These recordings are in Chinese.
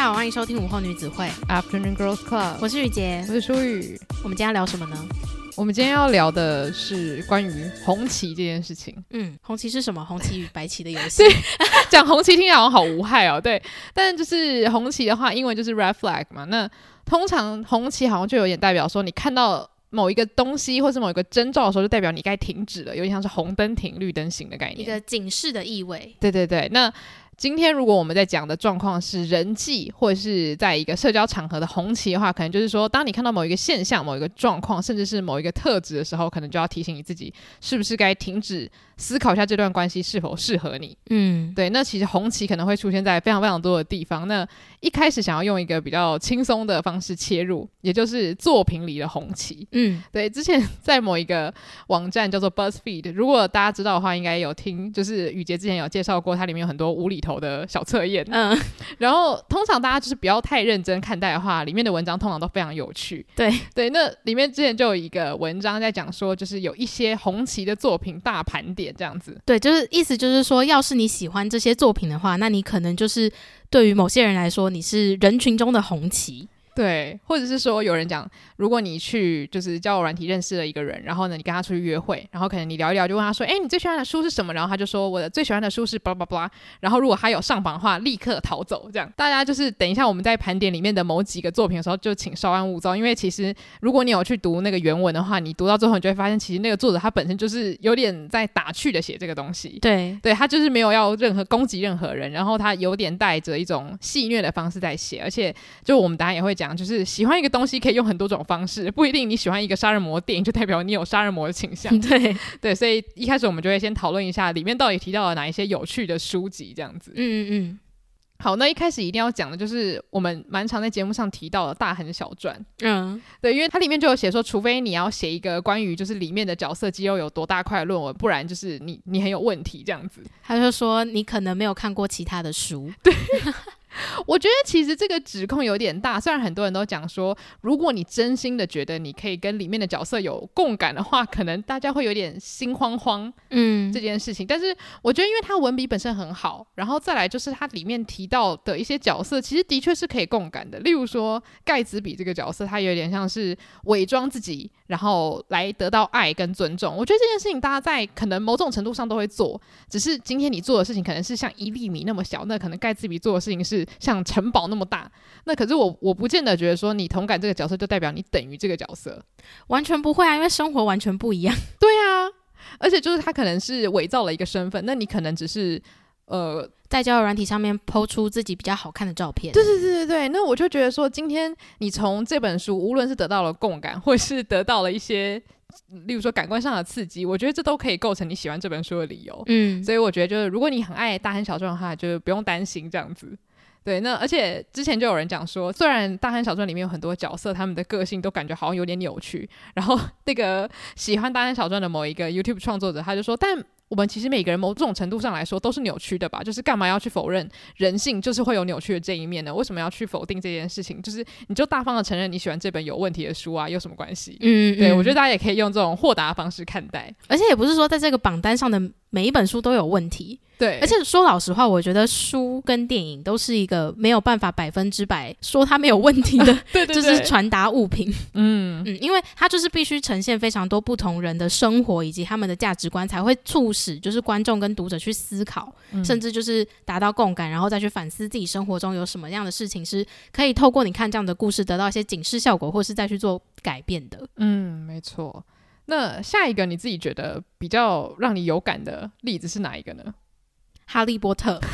家好，欢迎收听午后女子会 Afternoon Girls Club， 我是雨洁， 我是舒雨。 我们今天要聊什么呢？ 我们今天要聊的是关于红旗这件事情。 红旗是什么？红旗与白旗的游戏。 讲红旗听起来好像好无害哦，对。但就是红旗的话，英文就是 red flag 嘛。那通常红旗好像就有点代表说，你看到某一个东西或是某一个征兆的时候，就代表你该停止了，有点像是红灯停绿灯行的概念， 一个警示的意味。 对对对。那今天如果我们在讲的状况是人际或者是在一个社交场合的红旗的话，可能就是说当你看到某一个现象、某一个状况甚至是某一个特质的时候，可能就要提醒你自己是不是该停止思考一下这段关系是否适合你。对。那其实红旗可能会出现在非常非常多的地方。那一开始想要用一个比较轻松的方式切入，也就是作品里的红旗。对。之前在某一个网站叫做 BuzzFeed， 如果大家知道的话应该有听，就是雨洁之前有介绍过，它里面有很多无厘头的小测验。然后通常大家就是不要太认真看待的话，里面的文章通常都非常有趣。对。那里面之前就有一个文章在讲说，就是有一些红旗的作品大盘点这样子。 对，就是意思就是说，要是你喜欢这些作品的话，那你可能就是对于某些人来说，你是人群中的红旗。 对。或者是说有人讲，如果你去就是交友软体认识了一个人，然后呢你跟他出去约会，然后可能你聊一聊就问他说，你最喜欢的书是什么？然后他就说我的最喜欢的书是 blah blah blah， 然后如果他有上榜的话立刻逃走。这样大家就是等一下我们在盘点里面的某几个作品的时候就请稍安勿躁，因为其实如果你有去读那个原文的话，你读到最后你就会发现其实那个作者他本身就是有点在打趣的写这个东西。 对。 他就是没有要攻击任何人，然后他有点带着一种戏谑的方式在写。而且就我们等一下也会讲，就是喜欢一个东西可以用很多种方式，不一定你喜欢一个杀人魔电影就代表你有杀人魔的倾向。对。所以一开始我们就会先讨论一下里面到底提到了哪一些有趣的书籍这样子。好，那一开始一定要讲的就是我们蛮常在节目上提到的大亨小传。对，因为它里面就有写说，除非你要写一个关于就是里面的角色肌肉有多大块的论文，不然就是你很有问题这样子。 他就说你可能没有看过其他的书。 对。我觉得其实这个指控有点大，虽然很多人都讲说如果你真心的觉得你可以跟里面的角色有共感的话，可能大家会有点心慌慌这件事情。但是我觉得因为它文笔本身很好，然后再来就是它里面提到的一些角色其实的确是可以共感的。例如说盖茨比这个角色，他有点像是伪装自己然后来得到爱跟尊重。我觉得这件事情大家在可能某种程度上都会做，只是今天你做的事情可能是像1粒米那么小，那可能盖茨比做的事情是像城堡那么大。那可是我不见得觉得说你同感这个角色就代表你等于这个角色， 完全不会啊，因为生活完全不一样。 对啊，而且就是他可能是伪造了一个身份，那你可能只是在交友软体上面 po 出自己比较好看的照片。 对。那我就觉得说今天你从这本书无论是得到了共感或是得到了一些例如说感官上的刺激，我觉得这都可以构成你喜欢这本书的理由。所以我觉得就是如果你很爱大亨小传的话，就不用担心这样子。对。那而且之前就有人讲说，虽然大亨小传里面有很多角色他们的个性都感觉好像有点扭曲，然后那个喜欢大亨小传的某一个 YouTube 创作者他就说，但我们其实每个人某种程度上来说都是扭曲的吧，就是干嘛要去否认人性就是会有扭曲的这一面呢？为什么要去否定这件事情？就是你就大方的承认你喜欢这本有问题的书啊，有什么关系？对。我觉得大家也可以用这种豁达的方式看待， 而且也不是说在这个榜单上的每一本书都有问题。 对。 而且说老实话，我觉得书跟电影都是一个没有办法100%说它没有问题的对就是传达物品。因为它就是必须呈现非常多不同人的生活以及他们的价值观，才会促使就是观众跟读者去思考，甚至就是达到共感，然后再去反思自己生活中有什么样的事情是可以透过你看这样的故事得到一些警示效果，或是再去做改变的。 没错。那下一个你自己觉得比较让你有感的例子是哪一个呢？ 哈利波特。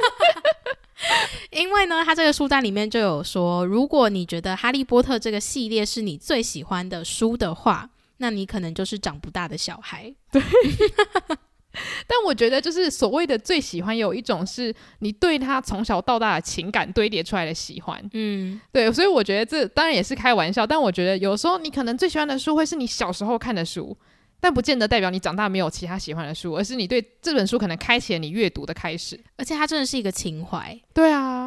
因为呢他这个书单里面就有说，如果你觉得哈利波特这个系列是你最喜欢的书的话，那你可能就是长不大的小孩。 对。但我觉得就是所谓的最喜欢有一种是你对他从小到大的情感堆叠出来的喜欢。对。所以我觉得这当然也是开玩笑，但我觉得有时候你可能最喜欢的书会是你小时候看的书，但不见得代表你长大没有其他喜欢的书，而是你对这本书可能开启了你阅读的开始。 而且它真的是一个情怀。 对啊。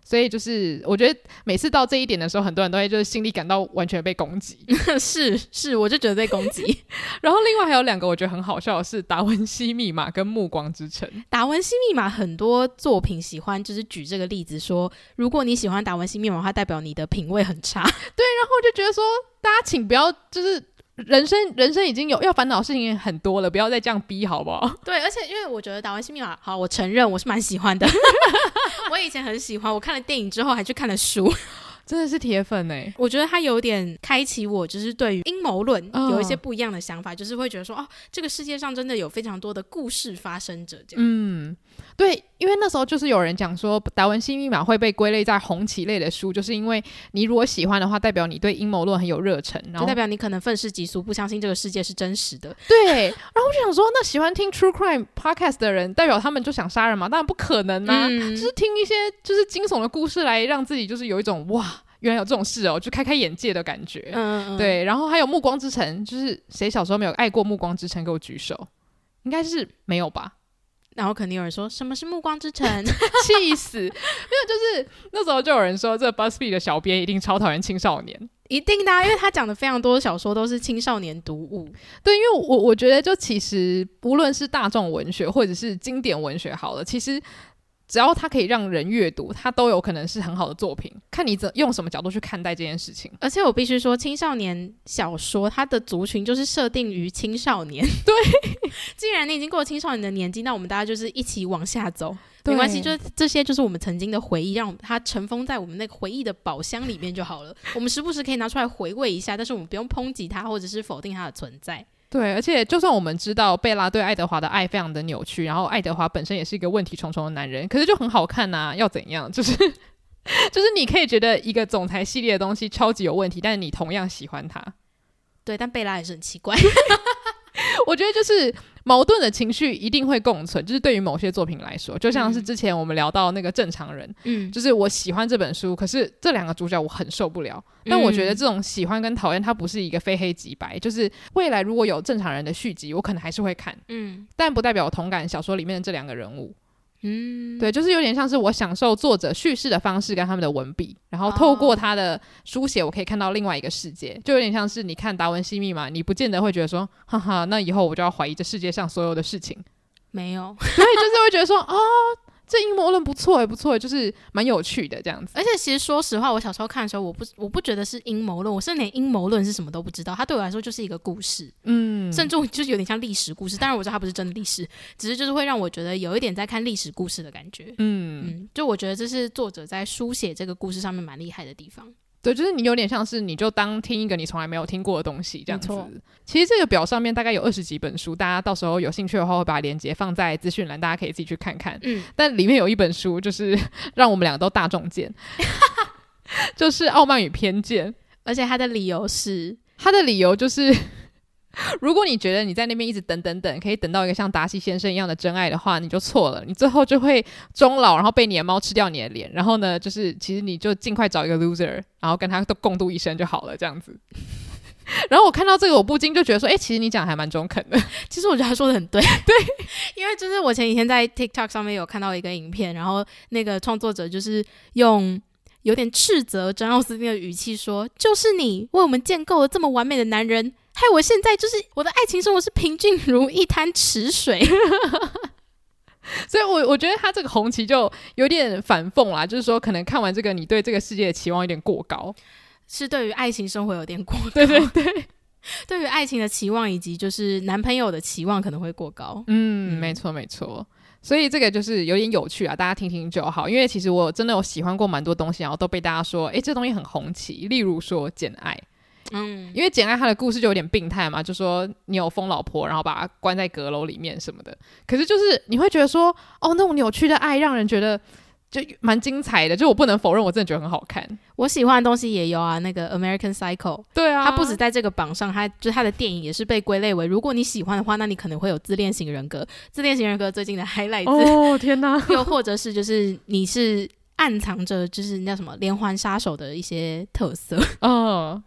所以就是我觉得每次到这一点的时候，很多人都会就是心里感到完全被攻击是，我就觉得被攻击然后另外还有2个我觉得很好笑的是达文西密码跟暮光之城。 达文西密码很多作品喜欢就是举这个例子说，如果你喜欢达文西密码的话，代表你的品味很差。对， 然后我就觉得说大家请不要就是人生已经有要烦恼的事情很多了，不要再这样逼好不好？ 对，而且因为我觉得达文西密码，好，我承认我是蛮喜欢的我以前很喜欢，我看了电影之后还去看了书真的是铁粉欸。 我觉得他有点开启我就是对于阴谋论有一些不一样的想法，就是会觉得说这个世界上真的有非常多的故事发生者这样。 对，因为那时候就是有人讲说达文西密码会被归类在红旗类的书，就是因为你如果喜欢的话，代表你对阴谋论很有热忱，然后就代表你可能愤世嫉俗，不相信这个世界是真实的。 对，然后我就想说那喜欢听 True Crime Podcast 的人代表他们就想杀人吗？当然不可能啊，就是听一些就是惊悚的故事来让自己就是有一种哇原来有这种事就开眼界的感觉。对，然后还有暮光之城，就是谁小时候没有爱过暮光之城给我举手？应该是没有吧。 然后肯定有人说什么是暮光之城气死。没有，就是那时候就有人说这 BuzzFeed 的小编一定超讨厌青少年。 一定的因为他讲的非常多小说都是青少年读物。 对，因为我觉得就其实不论是大众文学或者是经典文学好了，其实只要它可以让人阅读，它都有可能是很好的作品，看你用什么角度去看待这件事情。而且我必须说青少年小说它的族群就是设定于青少年。 对， 既然你已经过了青少年的年纪，那我们大家就是一起往下走，没关系，就是这些就是我们曾经的回忆，让它尘封在我们那个回忆的宝箱里面就好了。我们时不时可以拿出来回味一下，但是我们不用抨击它或者是否定它的存在。 对，而且就算我们知道贝拉对爱德华的爱非常的扭曲，然后爱德华本身也是一个问题重重的男人，可是就很好看啊，要怎样？就是你可以觉得一个总裁系列的东西超级有问题，但是你同样喜欢他。 对，但贝拉也是很奇怪我觉得就是矛盾的情绪一定会共存，就是对于某些作品来说，就像是之前我们聊到那个正常人，就是我喜欢这本书，可是这2个主角我很受不了，但我觉得这种喜欢跟讨厌它不是一个非黑即白，就是未来如果有正常人的续集我可能还是会看，但不代表我同感小说里面的这2个人物。对，就是有点像是我享受作者叙事的方式跟他们的文笔，然后透过他的书写我可以看到另外一个世界，就有点像是你看达文西密码，你不见得会觉得说哈哈，那以后我就要怀疑这世界上所有的事情， 没有对，就是会觉得说这阴谋论不错不错，就是蛮有趣的这样子。 而且其实说实话，我小时候看的时候我不觉得是阴谋论，我甚至连阴谋论是什么都不知道，它对我来说就是一个故事，甚至就是有点像历史故事。当然我知道它不是真的历史，只是就是会让我觉得有一点在看历史故事的感觉。就我觉得这是作者在书写这个故事上面蛮厉害的地方。 对，就是你有点像是你就当听一个你从来没有听过的东西这样子。其实这个表上面大概有20几本书，大家到时候有兴趣的话会把链接放在资讯栏，大家可以自己去看看。但里面有一本书就是让我们2个都大中箭就是《傲慢与偏见》， 而且他的理由就是如果你觉得你在那边一直等可以等到一个像达西先生一样的真爱的话，你就错了，你最后就会终老，然后被你的猫吃掉你的脸，然后呢就是其实你就尽快找一个 loser， 然后跟他都共度一生就好了这样子然后我看到这个我不禁就觉得说其实你讲还蛮中肯的。 其实我觉得他说的很对对，因为就是我前几天在 TikTok 上面有看到一个影片，然后那个创作者就是用有点斥责珍奥斯汀的语气说，就是你为我们建构了这么完美的男人，害我现在就是我的爱情生活是平静如一滩池水所以我觉得他这个红旗就有点反讽啦，就是说可能看完这个你对这个世界的期望有点过高， 是对于爱情生活有点过高， 对对对， 对于爱情的期望以及就是男朋友的期望可能会过高。 没错没错，所以这个就是有点有趣啊，大家听听就好。因为其实我真的有喜欢过蛮多东西，然后都被大家说这东西很红旗，例如说简爱。因为简爱他的故事就有点病态嘛，就说你有疯老婆然后把她关在阁楼里面什么的，可是就是你会觉得说那种扭曲的爱让人觉得就蛮精彩的，就我不能否认我真的觉得很好看。 我喜欢的东西也有啊，那个 American Psycho， 对啊， 它不止在这个榜上，它的电影也是被归类为如果你喜欢的话，那你可能会有自恋型人格最近的 highlight 天哪又或者是就是你是暗藏着就是那叫什么连环杀手的一些特色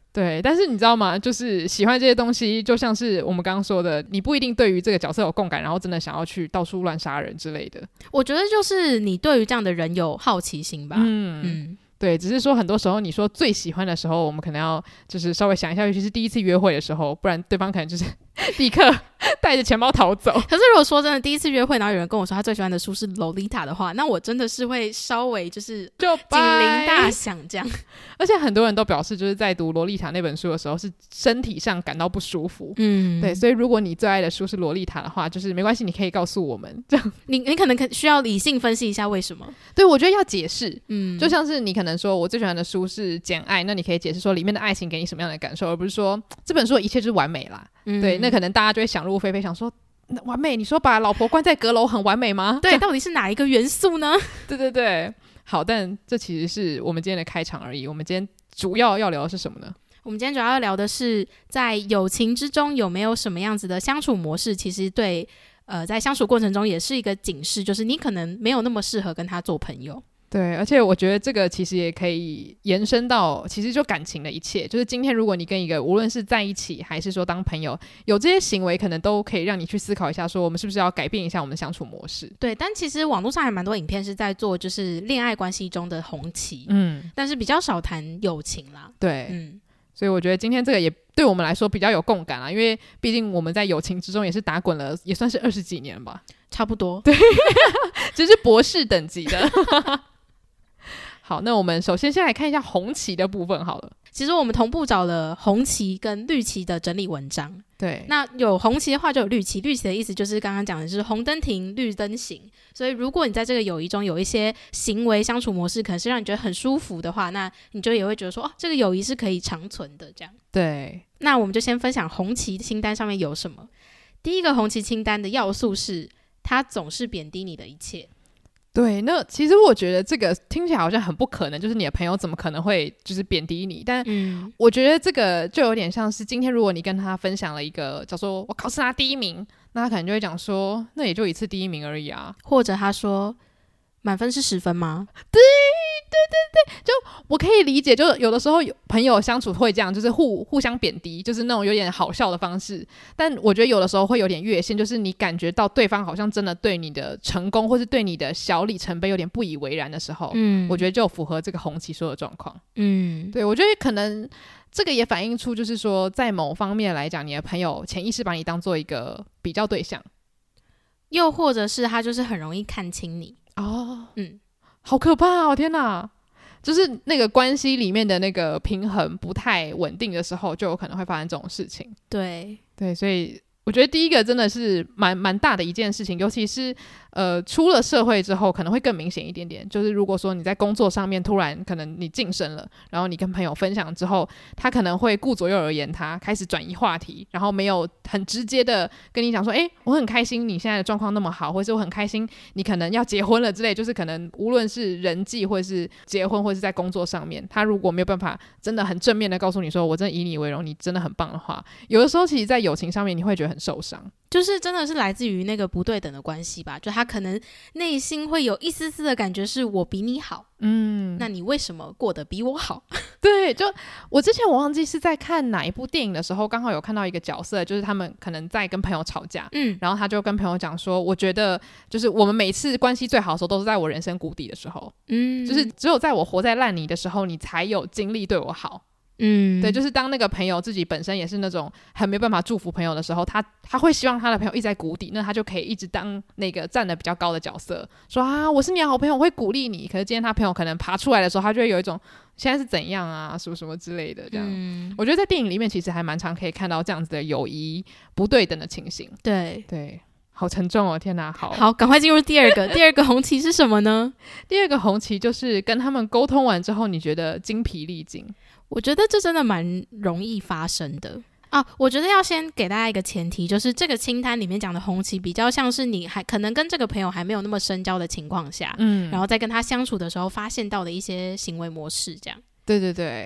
对，但是你知道吗？就是喜欢这些东西，就像是我们刚刚说的，你不一定对于这个角色有共感，然后真的想要去到处乱杀人之类的。 我觉得就是你对于这样的人有好奇心吧。 对，只是说很多时候你说最喜欢的时候，我们可能要就是稍微想一下，尤其是第一次约会的时候，不然对方可能就是立刻带着钱包逃走。 可是如果说真的第一次约会，然后有人跟我说他最喜欢的书是洛丽塔的话，那我真的是会稍微就是就警铃大响这样。 而且很多人都表示就是在读洛丽塔那本书的时候是身体上感到不舒服。对，所以如果你最爱的书是洛丽塔的话，就是没关系，你可以告诉我们这样。 你可能需要理性分析一下为什么。 对，我觉得要解释。就像是你可能说我最喜欢的书是《简爱》，那你可以解释说里面的爱情给你什么样的感受，而不是说这本书的一切就是完美啦。对，那可能大家就会想入非非，想说完美，你说把老婆关在阁楼很完美吗？ 对，到底是哪一个元素呢？ 对对对，好，但这其实是我们今天的开场而已。我们今天主要要聊的是什么呢？ 我们今天主要要聊的是在友情之中有没有什么样子的相处模式，其实对在相处过程中也是一个警示，就是你可能没有那么适合跟他做朋友。 对，而且我觉得这个其实也可以延伸到其实就感情的一切，就是今天如果你跟一个无论是在一起还是说当朋友有这些行为，可能都可以让你去思考一下说我们是不是要改变一下我们的相处模式。 对，但其实网络上还蛮多影片是在做就是恋爱关系中的红旗，但是比较少谈友情啦。 对，所以我觉得今天这个也对我们来说比较有共感啦，因为毕竟我们在友情之中也是打滚了，也算是20几年吧， 差不多。 对，这是博士等级的。好，那我们首先来看一下红旗的部分好了。 其实我们同步找了红旗跟绿旗的整理文章。 对， 那有红旗的话就有绿旗，绿旗的意思就是刚刚讲的就是红灯停，绿灯行。所以如果你在这个友谊中有一些行为相处模式可能是让你觉得很舒服的话，那你就也会觉得说这个友谊是可以长存的这样。 对， 那我们就先分享红旗清单上面有什么。第一个红旗清单的要素是他总是贬低你的一切。 对，那其实我觉得这个听起来好像很不可能，就是你的朋友怎么可能会就是贬低你？但我觉得这个就有点像是今天如果你跟他分享了一个叫做我考试拿第1名，那他可能就会讲说那也就一次第1名而已啊， 或者他说满分是10分吗？ 对，就我可以理解，就有的时候有朋友相处会这样，就是互相贬低，就是那种有点好笑的方式。但我觉得有的时候会有点越线，就是你感觉到对方好像真的对你的成功或是对你的小里程碑有点不以为然的时候，我觉得就符合这个红旗说的状况。对，我觉得可能这个也反映出就是说在某方面来讲，你的朋友潜意识把你当做一个比较对象， 又或者是他就是很容易看清你。 好可怕哦，天哪，就是那个关系里面的那个平衡不太稳定的时候，就有可能会发生这种事情。 对， 所以我觉得第一个真的是蛮大的一件事情，尤其是出了社会之后可能会更明显一点点，就是如果说你在工作上面突然可能你晋升了，然后你跟朋友分享之后，他可能会顾左右而言他，开始转移话题，然后没有很直接的跟你讲说我很开心你现在的状况那么好，或是我很开心你可能要结婚了之类，就是可能无论是人际或是结婚或是在工作上面，他如果没有办法真的很正面的告诉你说我真的以你为荣，你真的很棒的话，有的时候其实在友情上面你会觉得很受伤， 就是真的是来自于那个不对等的关系吧，就他可能内心会有一丝丝的感觉是我比你好，那你为什么过得比我好？ 对，就我之前我忘记是在看哪一部电影的时候，刚好有看到一个角色，就是他们可能在跟朋友吵架，然后他就跟朋友讲说，我觉得就是我们每次关系最好的时候都是在我人生谷底的时候，就是只有在我活在烂泥的时候，你才有精力对我好。对，就是当那个朋友自己本身也是那种很没办法祝福朋友的时候，他会希望他的朋友一直在谷底，那他就可以一直当那个站得比较高的角色，说我是你的好朋友，我会鼓励你。可是今天他朋友可能爬出来的时候，他就会有一种现在是怎样啊，什么什么之类的这样。我觉得在电影里面其实还蛮常可以看到这样子的友谊不对等的情形。对，好沉重哦，天哪！好， 赶快进入第二个。第二个红旗是什么呢？ 第二个红旗就是跟他们沟通完之后，你觉得精疲力尽。 我觉得这真的蛮容易发生的啊！我觉得要先给大家一个前提，就是这个清单里面讲的红旗比较像是你还可能跟这个朋友还没有那么深交的情况下，然后在跟他相处的时候发现到的一些行为模式这样。 对，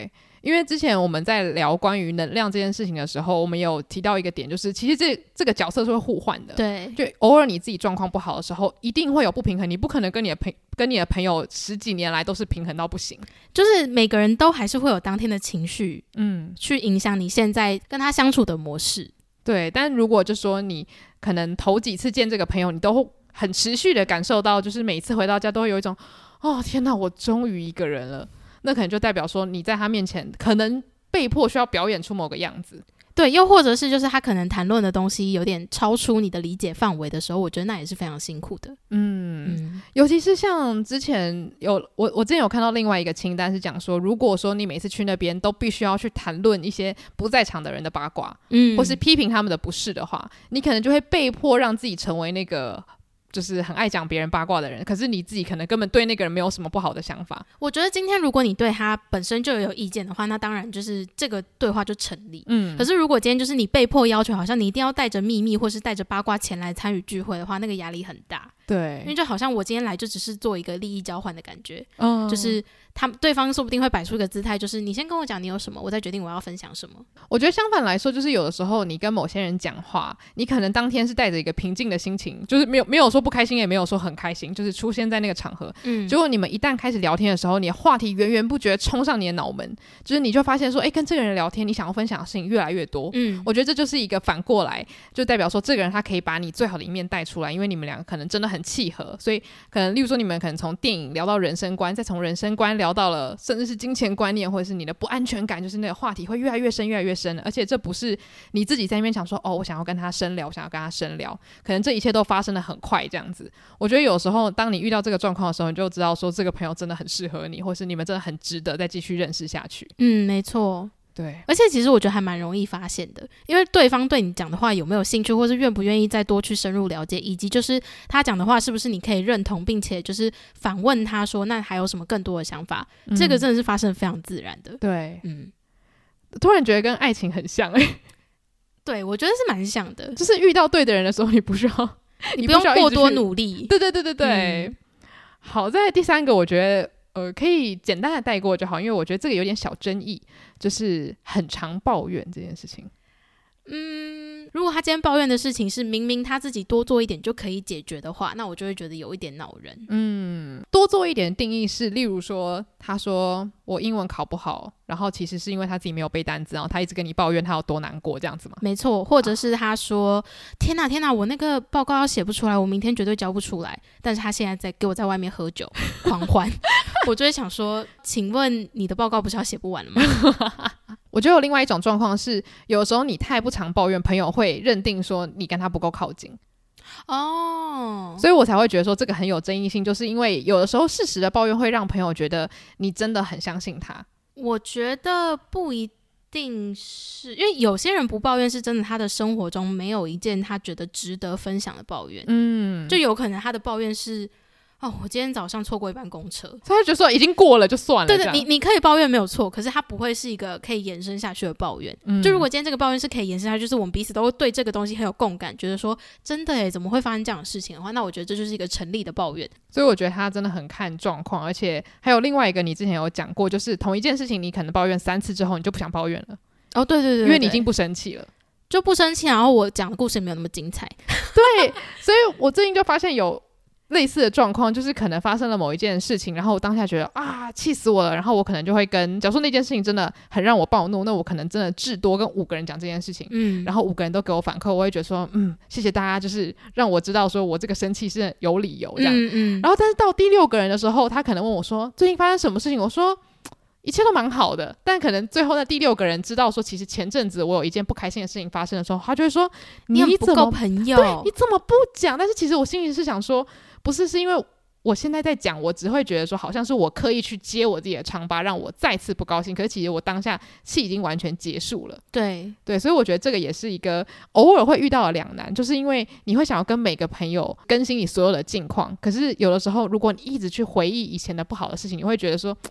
因为之前我们在聊关于能量这件事情的时候，我们有提到一个点，就是其实这个角色是会互换的。 对， 就偶尔你自己状况不好的时候，一定会有不平衡，你不可能跟你的朋友10几年来都是平衡到不行。 就是每个人都还是会有当天的情绪，去影响你现在跟他相处的模式。 对，但如果就说你可能头几次见这个朋友，你都很持续的感受到，就是每次回到家都会有一种哦天哪，我终于一个人了。那可能就代表说你在他面前可能被迫需要表演出某个样子。 对，又或者是就是他可能谈论的东西有点超出你的理解范围的时候，我觉得那也是非常辛苦的。 尤其是像之前我之前有看到另外一个清单是讲说，如果说你每次去那边都必须要去谈论一些不在场的人的八卦，或是批评他们的不是的话，你可能就会被迫让自己成为那个就是很爱讲别人八卦的人，可是你自己可能根本对那个人没有什么不好的想法。 我觉得今天如果你对他本身就有意见的话，那当然就是这个对话就成立。可是如果今天就是你被迫要求好像你一定要带着秘密或是带着八卦前来参与聚会的话，那个压力很大。 对， 因为就好像我今天来就只是做一个利益交换的感觉，就是对方说不定会摆出一个姿态，就是你先跟我讲你有什么，我再决定我要分享什么。 我觉得相反来说，就是有的时候你跟某些人讲话，你可能当天是带着一个平静的心情，就是没有说不开心，也没有说很开心，就是出现在那个场合。结果你们一旦开始聊天的时候，你的话题源源不绝冲上你的脑门，就是你就发现说，跟这个人聊天，你想要分享的事情越来越多。我觉得这就是一个反过来，就代表说这个人他可以把你最好的一面带出来，因为你们两个可能真的很契合，所以可能例如说你们可能从电影聊到人生观，再从人生观聊到了甚至是金钱观念，或者是你的不安全感，就是那个话题会越来越深越来越深，而且这不是你自己在那边想说我想要跟他深聊，我想要跟他深聊，可能这一切都发生得很快这样子。我觉得有时候当你遇到这个状况的时候，你就知道说这个朋友真的很适合你，或是你们真的很值得再继续认识下去。 没错。对，而且其实我觉得还蛮容易发现的，因为对方对你讲的话有没有兴趣，或是愿不愿意再多去深入了解，以及就是他讲的话是不是你可以认同，并且就是反问他说那还有什么更多的想法，这个真的是发生得非常自然的。 对，突然觉得跟爱情很像对，我觉得是蛮像的， 就是遇到对的人的时候，你不用过多努力。 对。好，在第三个我觉得可以简单的带过就好，因为我觉得这个有点小争议，就是很常抱怨这件事情。 如果他今天抱怨的事情是明明他自己多做一点就可以解决的话，那我就会觉得有一点恼人。 多做一点的定义是，例如说他说我英文考不好，然后其实是因为他自己没有背单词，然后他一直跟你抱怨他有多难过，这样子吗？ 没错，或者是他说天哪我那个报告要写不出来，我明天绝对交不出来，但是他现在在给我在外面喝酒狂欢我就会想说请问你的报告不是要写不完了吗我觉得有另外一种状况是，有时候你太不常抱怨，朋友会认定说你跟他不够靠近。所以我才会觉得说这个很有争议性，就是因为有的时候适时的抱怨会让朋友觉得你真的很相信他。 我觉得不一定是，因为有些人不抱怨是真的他的生活中没有一件他觉得值得分享的抱怨。就有可能他的抱怨是我今天早上错过一班公车， 他就觉得说已经过了就算了。 对，你可以抱怨没有错，可是他不会是一个可以延伸下去的抱怨。就如果今天这个抱怨是可以延伸下去，就是我们彼此都对这个东西很有共感，觉得说真的怎么会发生这样的事情的话，那我觉得这就是一个成立的抱怨。 所以我觉得他真的很看状况，而且还有另外一个你之前有讲过，就是同一件事情你可能抱怨3次之后你就不想抱怨了。 对， 因为你已经不生气了， 就不生气，然后我讲的故事也没有那么精彩对，所以我最近就发现有类似的状况，就是可能发生了某一件事情，然后我当下觉得气死我了，然后我可能就会假如说那件事情真的很让我暴怒，那我可能真的至多跟5个人讲这件事情，然后5个人都给我反馈，我会觉得说谢谢大家，就是让我知道说我这个生气是有理由这样。然后但是到第6个人的时候，他可能问我说最近发生什么事情，我说一切都蛮好的，但可能最后那第6个人知道说其实前阵子我有一件不开心的事情发生的时候，他就会说你不够朋友， 对，你怎么不讲？但是其实我心里是想说不是因为我现在在讲，我只会觉得说好像是我刻意去揭我自己的疮疤，让我再次不高兴，可是其实我当下气已经完全结束了。对，所以我觉得这个也是一个偶尔会遇到的两难，就是因为你会想要跟每个朋友更新你所有的近况，可是有的时候如果你一直去回忆以前的不好的事情，你会觉得说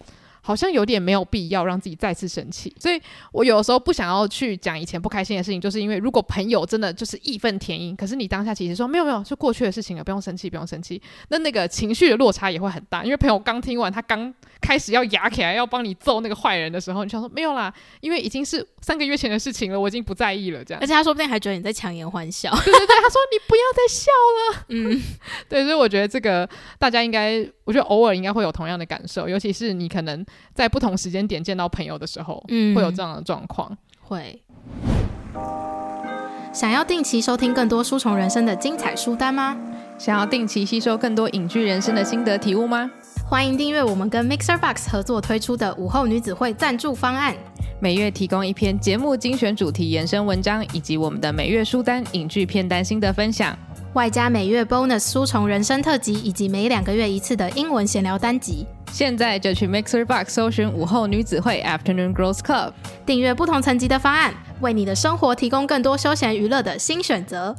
好像有点没有必要让自己再次生气。所以我有的时候不想要去讲以前不开心的事情，就是因为如果朋友真的就是义愤填膺，可是你当下其实说没有没有，是过去的事情了，不用生气不用生气，那个情绪的落差也会很大。因为朋友刚听完，他刚开始要压起来要帮你揍那个坏人的时候，你想说没有啦，因为已经是3个月前的事情了，我已经不在意了这样。 而且他说不定还觉得你在强颜欢笑。 对对对，他说你不要再笑了。对，所以我觉得这个大家应该，我觉得偶尔应该会有同样的感受，尤其是你可能在不同时间点见到朋友的时候，会有这样的状况。 会。想要定期收听更多书虫人生的精彩书单吗？ 想要定期吸收更多影剧人生的心得体悟吗？ 欢迎订阅我们跟 MixerBox 合作推出的午后女子会赞助方案， 每月提供一篇节目精选主题延伸文章，以及我们的每月书单、影剧片单心得分享， 外加每月 bonus 书虫人生特辑，以及每2个月一次的英文闲聊单集。 现在就去 MixerBox 搜寻午后女子会 Afternoon Girls Club， 订阅不同层级的方案，为你的生活提供更多休闲娱乐的新选择。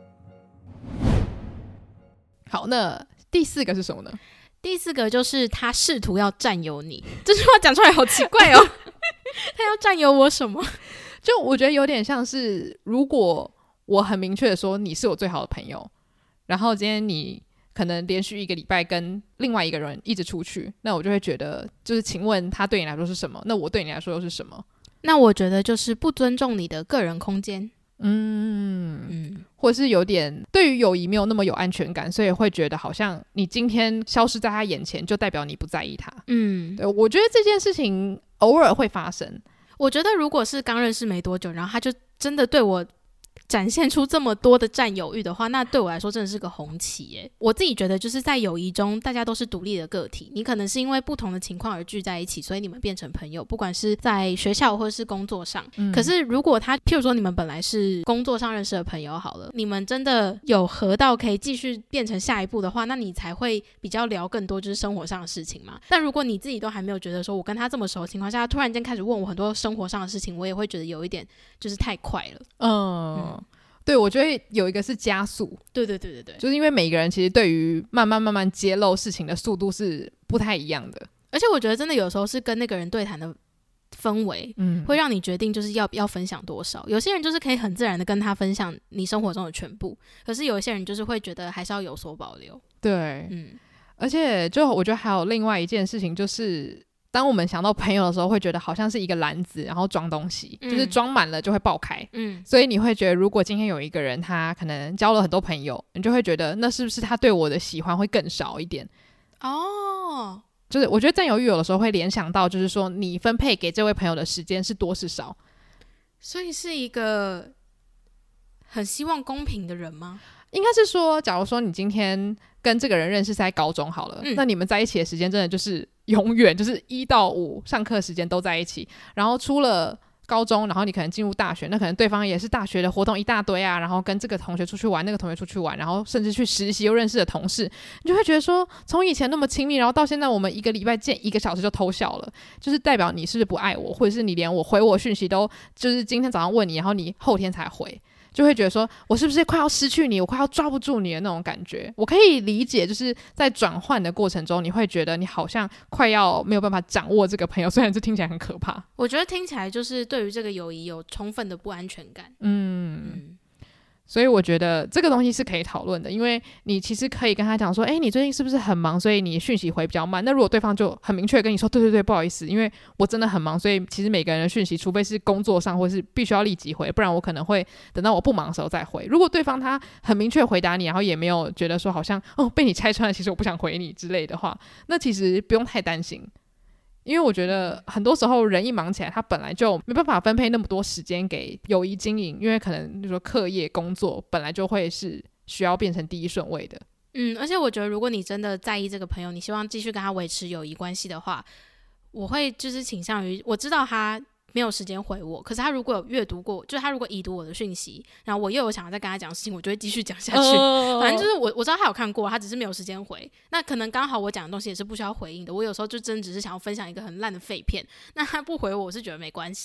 好，那第4个是什么呢？ 第4个就是他试图要占有你。这句话讲出来好奇怪哦。他要占有我什么？ 就我觉得有点像是，如果我很明确的说你是我最好的朋友，然后今天你可能连续1个礼拜跟另外一个人一直出去，那我就会觉得就是请问他对你来说是什么，那我对你来说又是什么？ 那我觉得就是不尊重你的个人空间。 或是有点对于友谊没有那么有安全感，所以会觉得好像你今天消失在他眼前就代表你不在意他。对，我觉得这件事情偶尔会发生。 我觉得如果是刚认识没多久，然后他就真的对我展现出这么多的占有欲的话，那对我来说真的是个红旗耶。我自己觉得就是在友谊中大家都是独立的个体，你可能是因为不同的情况而聚在一起，所以你们变成朋友，不管是在学校或是工作上。可是如果他譬如说你们本来是工作上认识的朋友好了，你们真的有合到可以继续变成下一步的话，那你才会比较聊更多就是生活上的事情嘛。但如果你自己都还没有觉得说我跟他这么熟的情况下，他突然间开始问我很多生活上的事情，我也会觉得有一点就是太快了。 对，我觉得有一个是加速。对，就是因为每个人其实对于慢慢揭露事情的速度是不太一样的。 而且我觉得真的有时候是跟那个人对谈的氛围，会让你决定就是要不要分享多少。有些人就是可以很自然的跟他分享你生活中的全部，可是有一些人就是会觉得还是要有所保留。 对，而且就我觉得还有另外一件事情，就是当我们想到朋友的时候，会觉得好像是一个篮子，然后装东西，就是装满了就会爆开。所以你会觉得如果今天有一个人他可能交了很多朋友，你就会觉得那是不是他对我的喜欢会更少一点。就是我觉得占有欲有的时候会联想到就是说你分配给这位朋友的时间是多是少。 所以是一个很希望公平的人吗？ 应该是说假如说你今天跟这个人认识是在高中好了，那你们在一起的时间真的就是永远就是1到5上课时间都在一起，然后出了高中，然后你可能进入大学，那可能对方也是大学的活动一大堆啊，然后跟这个同学出去玩，那个同学出去玩，然后甚至去实习又认识的同事，你就会觉得说从以前那么亲密，然后到现在我们1个礼拜见1个小时就偷笑了，就是代表你是不是不爱我，或者是你连我回我讯息都就是今天早上问你，然后你后天才回，就会觉得说我是不是快要失去你，我快要抓不住你的那种感觉。我可以理解就是在转换的过程中你会觉得你好像快要没有办法掌握这个朋友，虽然这听起来很可怕。 我觉得听起来就是对于这个友谊有充分的不安全感。 所以我觉得这个东西是可以讨论的，因为你其实可以跟他讲说你最近是不是很忙，所以你讯息回比较慢。那如果对方就很明确跟你说对不好意思，因为我真的很忙，所以其实每个人的讯息除非是工作上或是必须要立即回，不然我可能会等到我不忙的时候再回。如果对方他很明确回答你，然后也没有觉得说好像被你拆穿了，其实我不想回你之类的话，那其实不用太担心。因为我觉得很多时候人一忙起来，他本来就没办法分配那么多时间给友谊经营，因为可能就说课业工作本来就会是需要变成第一顺位的。 而且我觉得如果你真的在意这个朋友，你希望继续跟他维持友谊关系的话，我会就是倾向于我知道他没有时间回我，可是他如果有阅读过，就是他如果已读我的讯息，然后我又有想要再跟他讲事情，我就会继续讲下去。反正就是我知道他有看过，他只是没有时间回。那可能刚好我讲的东西也是不需要回应的，我有时候就真的只是想要分享一个很烂的废片，那他不回我，我是觉得没关系。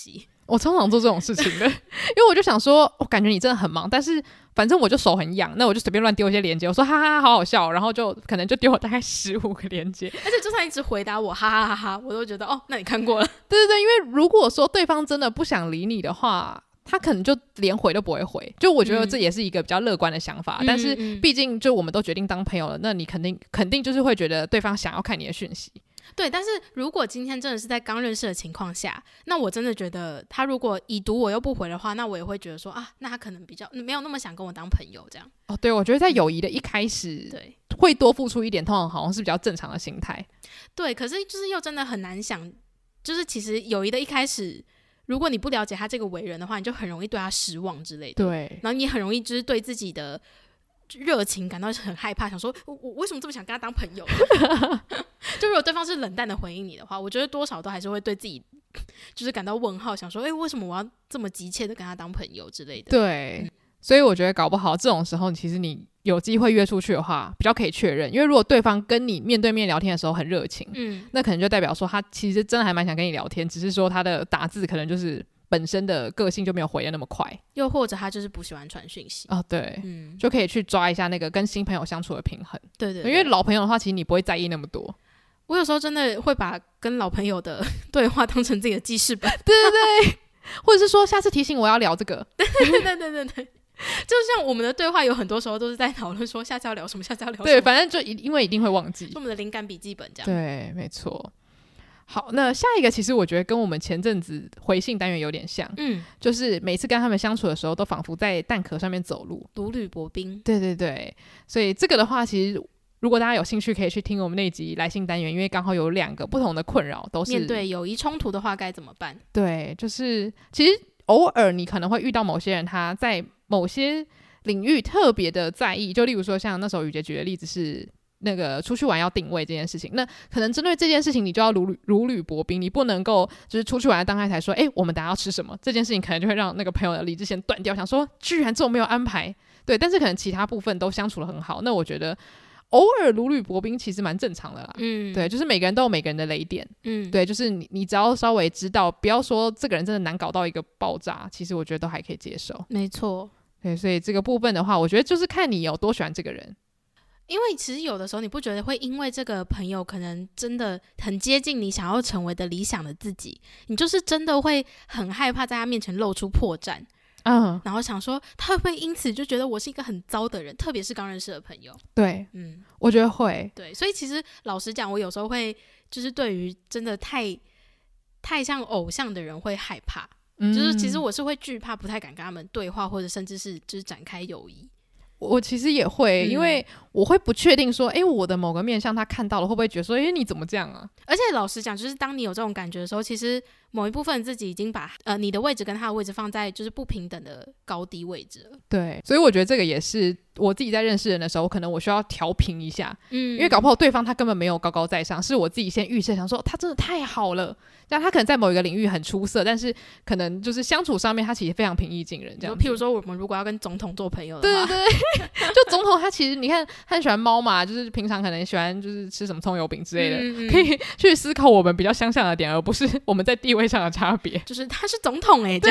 我常常做这种事情的，因为我就想说，我感觉你真的很忙，但是反正我就手很痒，那我就随便乱丢一些连结，我说哈哈哈好好笑，然后就可能就丢了大概15个连结， 而且就算一直回答我哈哈哈哈，我都觉得哦，那你看过了。 对对对，因为如果说对方真的不想理你的话，他可能就连回都不会回，就我觉得这也是一个比较乐观的想法，但是毕竟就我们都决定当朋友了，那你肯定就是会觉得对方想要看你的讯息。 对，但是如果今天真的是在刚认识的情况下，那我真的觉得他如果已读我又不回的话，那我也会觉得说啊，那他可能比较没有那么想跟我当朋友这样。 哦，对，我觉得在友谊的一开始，对，会多付出一点，通常好像是比较正常的心态。 对，可是就是又真的很难想，就是其实友谊的一开始，如果你不了解他这个为人的话，你就很容易对他失望之类的。 对， 然后你很容易就是对自己的热情感到很害怕，想说我为什么这么想跟他当朋友？就如果对方是冷淡的回应你的话，我觉得多少都还是会对自己就是感到问号，想说为什么我要这么急切的跟他当朋友之类的。 对，所以我觉得搞不好这种时候，其实你有机会约出去的话，比较可以确认，因为如果对方跟你面对面聊天的时候很热情，那可能就代表说他其实真的还蛮想跟你聊天，只是说他的打字可能就是本身的个性就没有回的那么快， 又或者他就是不喜欢传讯息哦，对，就可以去抓一下那个跟新朋友相处的平衡。 对对对， 因为老朋友的话，其实你不会在意那么多。 我有时候真的会把跟老朋友的对话当成自己的记事本， 对对对，或者是说下次提醒我要聊这个， 对对对对对对，就像我们的对话有很多时候都是在讨论说下次要聊什么，下次要聊什么， 对，反正就因为一定会忘记， 我们的灵感笔记本这样。 对，没错。好，那下一个其实我觉得跟我们前阵子回信单元有点像，就是每次跟他们相处的时候，都仿佛在蛋壳上面走路， 如履薄冰。 对对对，所以这个的话，其实如果大家有兴趣，可以去听我们那集来信单元，因为刚好有2个不同的困扰，都是面对友谊冲突的话该怎么办？ 对，就是其实偶尔你可能会遇到某些人，他在某些领域特别的在意，就例如说像那时候雨杰举的例子是那个出去玩要定位这件事情，那可能针对这件事情你就要如履薄冰，你不能够就是出去玩的当下才说我们等下要吃什么，这件事情可能就会让那个朋友的理智线断掉，想说居然这种没有安排。对，但是可能其他部分都相处得很好，那我觉得偶尔如履薄冰其实蛮正常的啦。对，就是每个人都有每个人的雷点。对，就是你只要稍微知道，不要说这个人真的难搞到一个爆炸，其实我觉得都还可以接受。 没错。 对，所以这个部分的话，我觉得就是看你有多喜欢这个人。 因为其实有的时候你不觉得会因为这个朋友可能真的很接近你想要成为的理想的自己，你就是真的会很害怕在他面前露出破绽。然后想说他会不会因此就觉得我是一个很糟的人，特别是刚认识的朋友。 对，我觉得会。 对，所以其实老实讲，我有时候会就是对于真的太像偶像的人会害怕，就是其实我是会惧怕，不太敢跟他们对话，或者甚至是就是展开友谊。 我其实也会，因为我会不确定说我的某个面向他看到了会不会觉得说你怎么这样啊。 而且老实讲，就是当你有这种感觉的时候，其实某一部分自己已经把你的位置跟他的位置放在就是不平等的高低位置了。 对，所以我觉得这个也是我自己在认识人的时候，可能我需要调平一下。因为搞不好对方他根本没有高高在上，是我自己先预设想说他真的太好了，但他可能在某一个领域很出色，但是可能就是相处上面他其实非常平易近人这样。 譬如说我们如果要跟总统做朋友的话， 对对对，就总统他其实你看他很喜欢猫嘛，就是平常可能喜欢就是吃什么葱油饼之类的，可以去思考我们比较相像的点，而不是我们在地位上的差别。 就是他是总统对，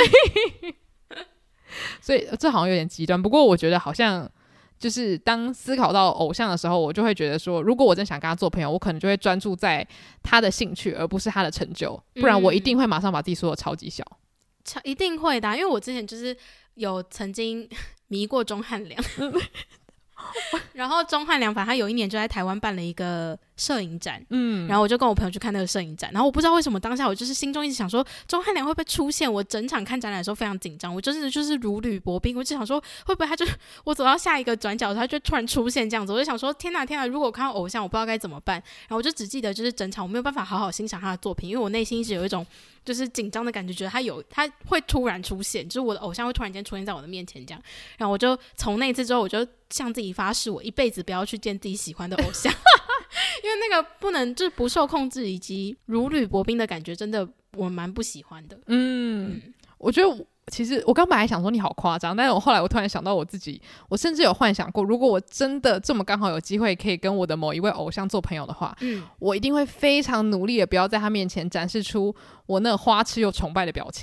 所以这好像有点极端，不过我觉得好像就是当思考到偶像的时候，我就会觉得说，如果我真想跟他做朋友，我可能就会专注在他的兴趣，而不是他的成就，不然我一定会马上把自己说的超级小。 一定会的，因为我之前就是有曾经迷过钟汉良然后钟汉良反正他有一年就在台湾办了一个摄影展，然后我就跟我朋友去看那个摄影展，然后我不知道为什么当下我就是心中一直想说钟汉良会不会出现，我整场看展览的时候非常紧张，我就是如履薄冰，我就想说会不会他就我走到下一个转角他就突然出现这样子，我就想说天哪天哪，如果我看到偶像我不知道该怎么办，然后我就只记得就是整场我没有办法好好欣赏他的作品，因为我内心一直有一种就是紧张的感觉，觉得他会突然出现，就是我的偶像会突然间出现在我的面前这样，然后我就从那一次之后我就向自己发誓，我一辈子不要去见自己喜欢的偶像因为那个不能就是不受控制以及如履薄冰的感觉真的我蛮不喜欢的。 我觉得其实我刚本来想说你好夸张，但是后来我突然想到我自己，我甚至有幻想过，如果我真的这么刚好有机会可以跟我的某一位偶像做朋友的话，我一定会非常努力的不要在他面前展示出我那花痴又崇拜的表情。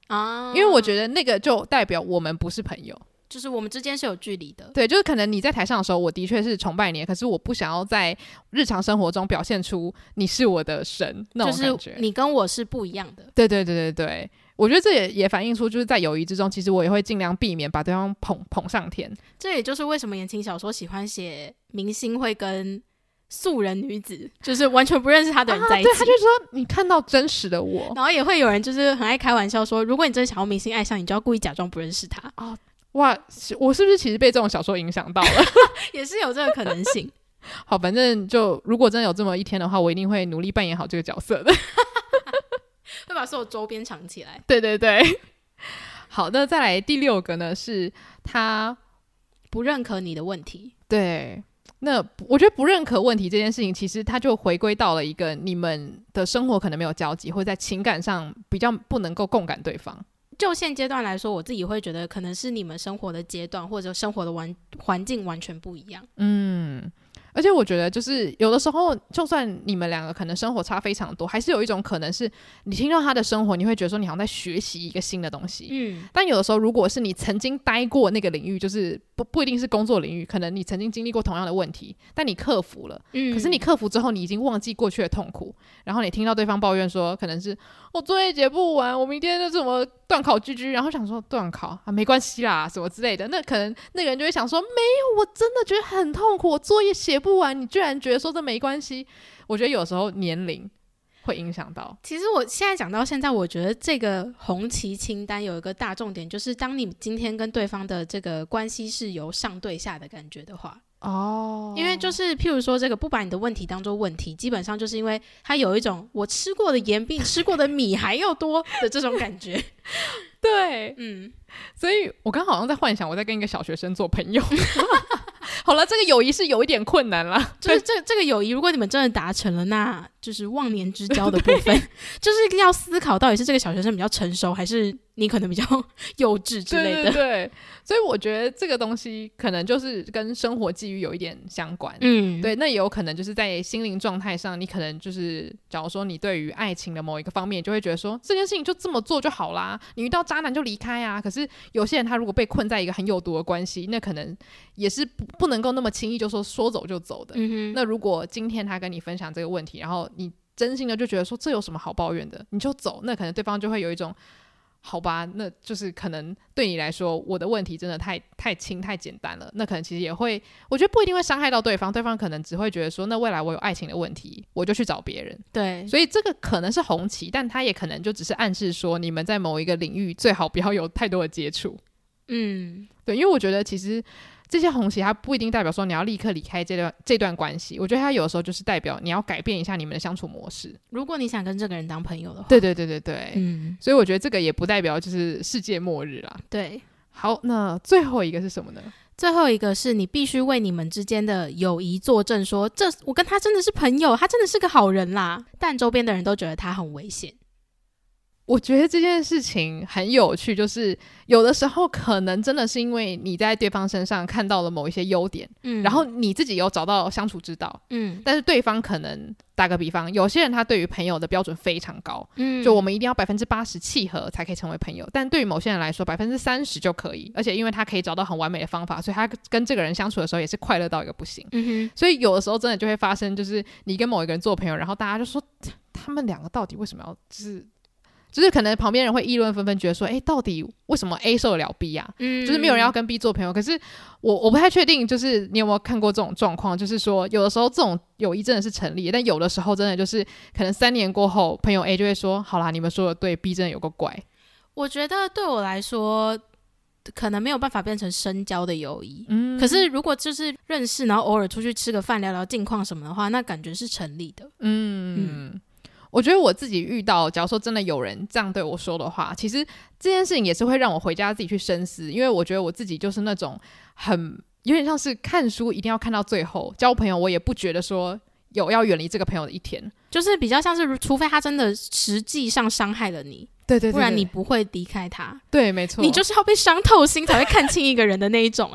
啊，因为我觉得那个就代表我们不是朋友， 就是我们之间是有距离的。 对，就是可能你在台上的时候我的确是崇拜你，可是我不想要在日常生活中表现出你是我的神那种感觉， 就是你跟我是不一样的。 对对对对对，我觉得这也反映出就是在友谊之中，其实我也会尽量避免把对方捧上天。这也就是为什么言情小说喜欢写明星会跟素人女子，就是完全不认识他的人在一起， 对，他就说你看到真实的我。 然后也会有人就是很爱开玩笑说，如果你真的想要明星爱上你，就要故意假装不认识他。 哇，我是不是其实被这种小说影响到了？ 也是有这个可能性。 好，反正就如果真的有这么一天的话，我一定会努力扮演好这个角色的。 会把所有周边藏起来。 对对对。好的，再来第6个呢，是他不认可你的问题。 对，那我觉得不认可问题这件事情，其实它就回归到了一个你们的生活可能没有交集，或者在情感上比较不能够共感对方。 就现阶段来说，我自己会觉得可能是你们生活的阶段或者生活的环境完全不一样。 而且我觉得就是有的时候就算你们两个可能生活差非常多，还是有一种可能是你听到他的生活，你会觉得说你好像在学习一个新的东西。但有的时候如果是你曾经待过那个领域，就是不一定是工作领域，可能你曾经经历过同样的问题，但你克服了。可是你克服之后，你已经忘记过去的痛苦，然后你听到对方抱怨说可能是我作业解不完，我明天就什么断考GG，然后想说断考没关系啦什么之类的，那可能那个人就会想说没有，我真的觉得很痛苦，我作业写不完，你居然觉得说这没关系。我觉得有时候年龄会影响到。 其实我现在讲到现在，我觉得这个红旗清单有一个大重点，就是当你今天跟对方的这个关系是由上对下的感觉的话，因为就是譬如说这个不把你的问题当作问题，基本上就是因为他有一种我吃过的盐比你吃过的米还要多的这种感觉。 对，所以我刚好像在幻想我在跟一个小学生做朋友。好了，这个友谊是有一点困难啦， 就是这个友谊如果你们真的达成了，那就是忘年之交的部分就是要思考到底是这个小学生比较成熟，还是你可能比较幼稚之类的。 对对对，所以我觉得这个东西可能就是跟生活际遇有一点相关。对，那也有可能就是在心灵状态上，你可能就是假如说你对于爱情的某一个方面就会觉得说这件事情就这么做就好啦，你遇到渣男就离开啊。可是有些人他如果被困在一个很有毒的关系，那可能也是不能够那么轻易就说走就走的。那如果今天他跟你分享这个问题，然后你真心的就觉得说这有什么好抱怨的，你就走，那可能对方就会有一种好吧，那就是可能对你来说我的问题真的太轻太简单了，那可能其实也会，我觉得不一定会伤害到对方，对方可能只会觉得说那未来我有爱情的问题我就去找别人。 对， 所以这个可能是红旗，但它也可能就只是暗示说你们在某一个领域最好不要有太多的接触。对，因为我觉得其实这些红旗它不一定代表说你要立刻离开这段关系，我觉得它有时候就是代表你要改变一下你们的相处模式， 如果你想跟这个人当朋友的话。 对对对对对，所以我觉得这个也不代表就是世界末日啦。 对， 好，那最后一个是什么呢？ 最后一个是你必须为你们之间的友谊作证说这我跟他真的是朋友，他真的是个好人啦，但周边的人都觉得他很危险。 我觉得这件事情很有趣，就是有的时候可能真的是因为你在对方身上看到了某一些优点，然后你自己有找到相处之道，但是对方可能打个比方，有些人他对于朋友的标准非常高，就我们一定要80%契合才可以成为朋友，但对于某些人来说30%就可以，而且因为他可以找到很完美的方法，所以他跟这个人相处的时候也是快乐到一个不行。所以有的时候真的就会发生，就是你跟某一个人做朋友，然后大家就说他们两个到底为什么要就是可能旁边人会议论纷纷，觉得说到底为什么 A 受得了 B 啊？就是没有人要跟 B 做朋友。可是我不太确定，就是你有没有看过这种状况，就是说有的时候这种友谊真的是成立，但有的时候真的就是可能3年过后，朋友 A 就会说好啦，你们说的对， B 真的有个怪。 我觉得对我来说可能没有办法变成深交的友谊，可是如果就是认识然后偶尔出去吃个饭聊聊近况什么的话，那感觉是成立的。 我觉得我自己遇到假如说真的有人这样对我说的话，其实这件事情也是会让我回家自己去深思，因为我觉得我自己就是那种有点像是看书一定要看到最后，交朋友我也不觉得说有要远离这个朋友的一天， 就是比较像是除非他真的实际上伤害了你， 对对对， 不然你不会离开他。 对，没错， 你就是要被伤透心才会看清一个人的那一种。